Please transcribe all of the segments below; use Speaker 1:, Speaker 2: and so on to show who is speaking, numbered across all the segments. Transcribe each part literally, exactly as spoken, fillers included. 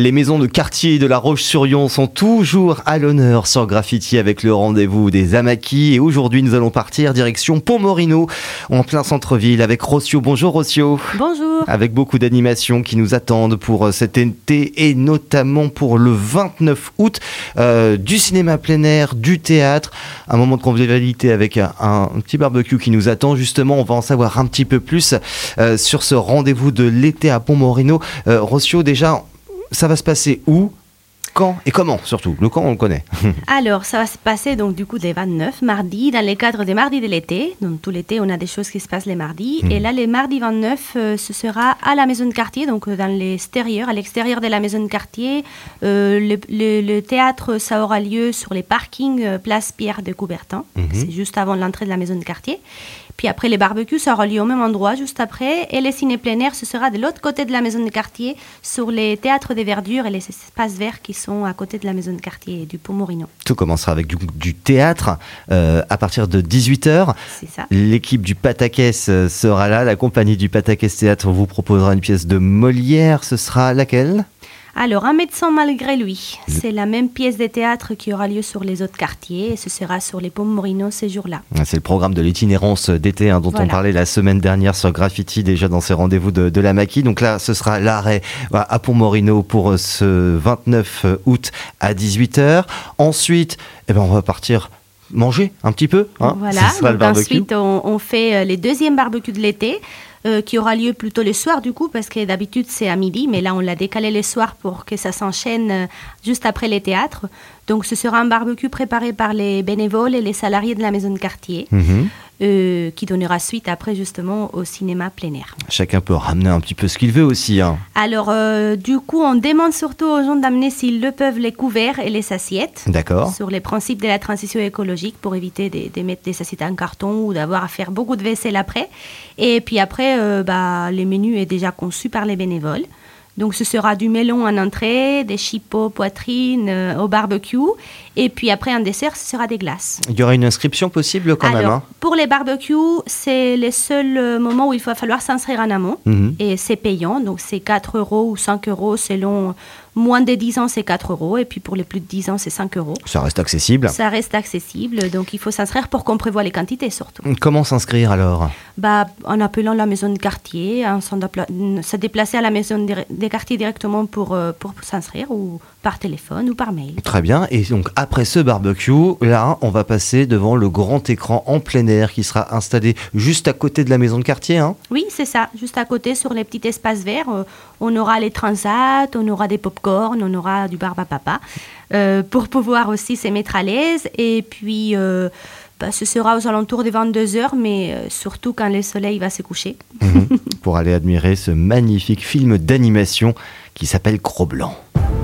Speaker 1: Les maisons de quartier de La Roche-sur-Yon sont toujours à l'honneur sur Graffiti avec le rendez-vous des Amakis. Et aujourd'hui, nous allons partir direction Pont-Morino, en plein centre-ville, avec Rocio. Bonjour Rocio.
Speaker 2: Bonjour.
Speaker 1: Avec beaucoup d'animations qui nous attendent pour cet été et notamment pour le vingt-neuf août. Euh, du cinéma plein air, du théâtre, un moment de convivialité avec un, un petit barbecue qui nous attend. Justement, on va en savoir un petit peu plus euh, sur ce rendez-vous de l'été à Pont-Morino. Euh, Rocio, déjà, ça va se passer où, quand et comment surtout? Le quand, on le connaît.
Speaker 2: Alors, ça va se passer donc du coup des vingt-neuf, mardi, dans le cadre des mardis de l'été. Donc tout l'été, on a des choses qui se passent les mardis. Mmh. Et là, les mardis vingt-neuf, euh, ce sera à la maison de quartier, donc dans l'extérieur, à l'extérieur de la maison de quartier. Euh, le, le, le théâtre, ça aura lieu sur les parkings euh, place Pierre de Coubertin. Mmh. C'est juste avant l'entrée de la maison de quartier. Puis après, les barbecues, ça aura lieu au même endroit, juste après. Et les ciné plein air, ce sera de l'autre côté de la maison de quartier, sur les théâtres des verdures et les espaces verts qui sont à côté de la maison de quartier du Pont-Morino.
Speaker 1: Tout commencera avec du, du théâtre euh, à partir de dix-huit heures.
Speaker 2: C'est ça.
Speaker 1: L'équipe du Pataquès sera là. La compagnie du Pataquès Théâtre vous proposera une pièce de Molière. Ce sera laquelle ?
Speaker 2: Alors, Un médecin malgré lui, c'est la même pièce de théâtre qui aura lieu sur les autres quartiers et ce sera sur les Pont-Morino ces jours-là. C'est
Speaker 1: le programme de l'itinérance d'été hein, dont voilà. on parlait la semaine dernière sur Graffiti, déjà dans ces rendez-vous de, de la Maquis. Donc là, ce sera l'arrêt à Pont-Morino pour ce vingt-neuf août à dix-huit heures. Ensuite, eh ben, on va partir manger un petit peu. Hein.
Speaker 2: Voilà, donc ensuite on, on fait les deuxièmes barbecues de l'été. Euh, qui aura lieu plutôt le soir du coup, parce que d'habitude c'est à midi, mais là on l'a décalé le soir pour que ça s'enchaîne euh, juste après les théâtres. Donc ce sera un barbecue préparé par les bénévoles et les salariés de la maison de quartier, mmh. euh, qui donnera suite après justement au cinéma plein air.
Speaker 1: Chacun peut ramener un petit peu ce qu'il veut aussi. Hein.
Speaker 2: Alors euh, du coup on demande surtout aux gens d'amener s'ils le peuvent les couverts et les assiettes.
Speaker 1: D'accord.
Speaker 2: Sur les principes de la transition écologique pour éviter de, de mettre des assiettes en carton ou d'avoir à faire beaucoup de vaisselle après. Et puis après, euh, bah, le menu est déjà conçu par les bénévoles. Donc ce sera du melon en entrée, des chipots poitrine euh, au barbecue. Et puis après, en dessert, ce sera des glaces.
Speaker 1: Il y aura une inscription possible quand
Speaker 2: Alors,
Speaker 1: même hein.
Speaker 2: Pour les barbecues, c'est le seul moment où il va falloir s'inscrire en amont. Mmh. Et c'est payant, donc c'est quatre euros ou cinq euros selon... Moins de dix ans, c'est quatre euros. Et puis pour les plus de dix ans, c'est cinq euros.
Speaker 1: Ça reste accessible.
Speaker 2: Ça reste accessible. Donc il faut s'inscrire pour qu'on prévoie les quantités surtout.
Speaker 1: Comment s'inscrire alors ?
Speaker 2: Bah, en appelant la maison de quartier, en se déplacer à la maison des quartiers directement pour, pour s'inscrire, ou par téléphone ou par mail.
Speaker 1: Très bien. Et donc après ce barbecue, là, on va passer devant le grand écran en plein air qui sera installé juste à côté de la maison de quartier. Hein ?
Speaker 2: Oui, c'est ça. Juste à côté, sur les petits espaces verts, on aura les transats, on aura des pop on aura du barbe à papa euh, pour pouvoir aussi se mettre à l'aise. Et puis, euh, bah, ce sera aux alentours des vingt-deux heures, mais euh, surtout quand le soleil va se coucher.
Speaker 1: Mmh, pour aller admirer ce magnifique film d'animation qui s'appelle Cro-Blanc.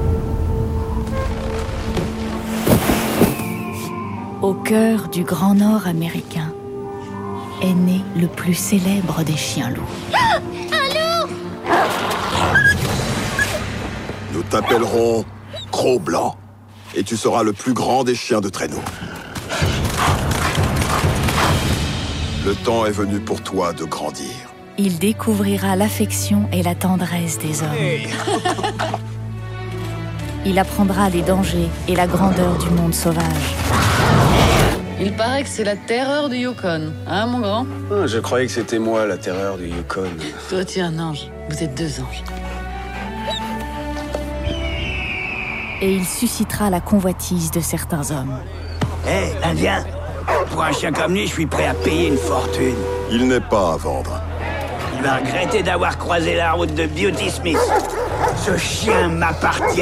Speaker 3: Au cœur du Grand Nord américain est né le plus célèbre des chiens loups.
Speaker 4: Ah, un loup!
Speaker 5: Nous t'appellerons Cro-Blanc et tu seras le plus grand des chiens de traîneau. Le temps est venu pour toi de grandir.
Speaker 3: Il découvrira l'affection et la tendresse des hommes. Hey. Il apprendra les dangers et la grandeur du monde sauvage.
Speaker 6: Il paraît que c'est la terreur du Yukon, hein mon grand ?
Speaker 7: Ah, je croyais que c'était moi la terreur du Yukon.
Speaker 6: Toi tu es un ange, vous êtes deux anges.
Speaker 3: Et il suscitera la convoitise de certains hommes.
Speaker 8: Hé, hey, l'Indien, pour un chien comme lui, je suis prêt à payer une fortune.
Speaker 5: Il n'est pas à vendre.
Speaker 8: Il va regretter d'avoir croisé la route de Beauty Smith. Ce chien m'appartient.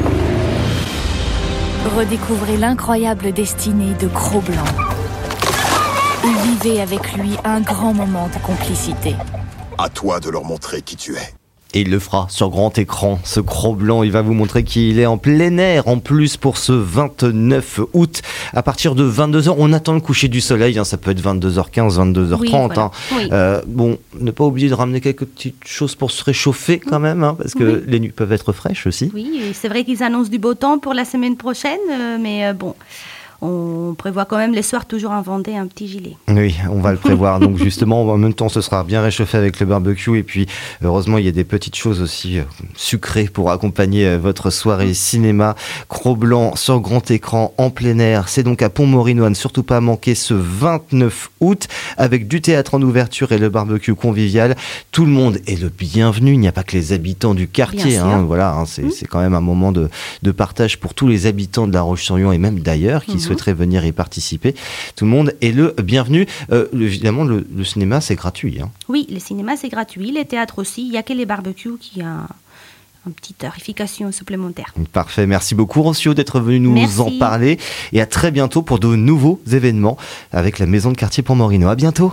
Speaker 3: Redécouvrez l'incroyable destinée de Cro-Blanc. Et vivez avec lui un grand moment de complicité.
Speaker 5: À toi de leur montrer qui tu es.
Speaker 1: Et il le fera sur grand écran, ce Cro-Blanc. Il va vous montrer qu'il est en plein air en plus pour ce vingt-neuf août. À partir de vingt-deux heures, on attend le coucher du soleil. Hein, ça peut être vingt-deux heures quinze, vingt-deux heures trente. Oui, voilà. hein. oui. euh, bon, ne pas oublier de ramener quelques petites choses pour se réchauffer quand même, hein, parce que oui. les nuits peuvent être fraîches aussi.
Speaker 2: Oui, c'est vrai qu'ils annoncent du beau temps pour la semaine prochaine, euh, mais euh, bon... on prévoit quand même les soirs toujours inventer un petit gilet.
Speaker 1: Oui, on va le prévoir. Donc justement, en même temps, ce sera bien réchauffé avec le barbecue. Et puis, heureusement, il y a des petites choses aussi euh, sucrées pour accompagner euh, votre soirée cinéma. Cro-Blanc sur grand écran en plein air. C'est donc à Pont-Morino, à ne surtout pas manquer ce vingt-neuf août, avec du théâtre en ouverture et le barbecue convivial. Tout le monde est le bienvenu. Il n'y a pas que les habitants du quartier. Hein, voilà, hein, c'est, mmh. c'est quand même un moment de, de partage pour tous les habitants de La Roche-sur-Yon et même d'ailleurs qui mmh. souhaiteraient venir y participer. Tout le monde est le bienvenu. Euh, évidemment, le, le cinéma, c'est gratuit. Hein.
Speaker 2: Oui, le cinéma, c'est gratuit. Les théâtres aussi. Il n'y a que les barbecues qui ont une petite tarification supplémentaire.
Speaker 1: Parfait. Merci beaucoup, Rocio, d'être venu nous Merci. en parler. Et à très bientôt pour de nouveaux événements avec la Maison de Quartier Pont-Morino. À bientôt.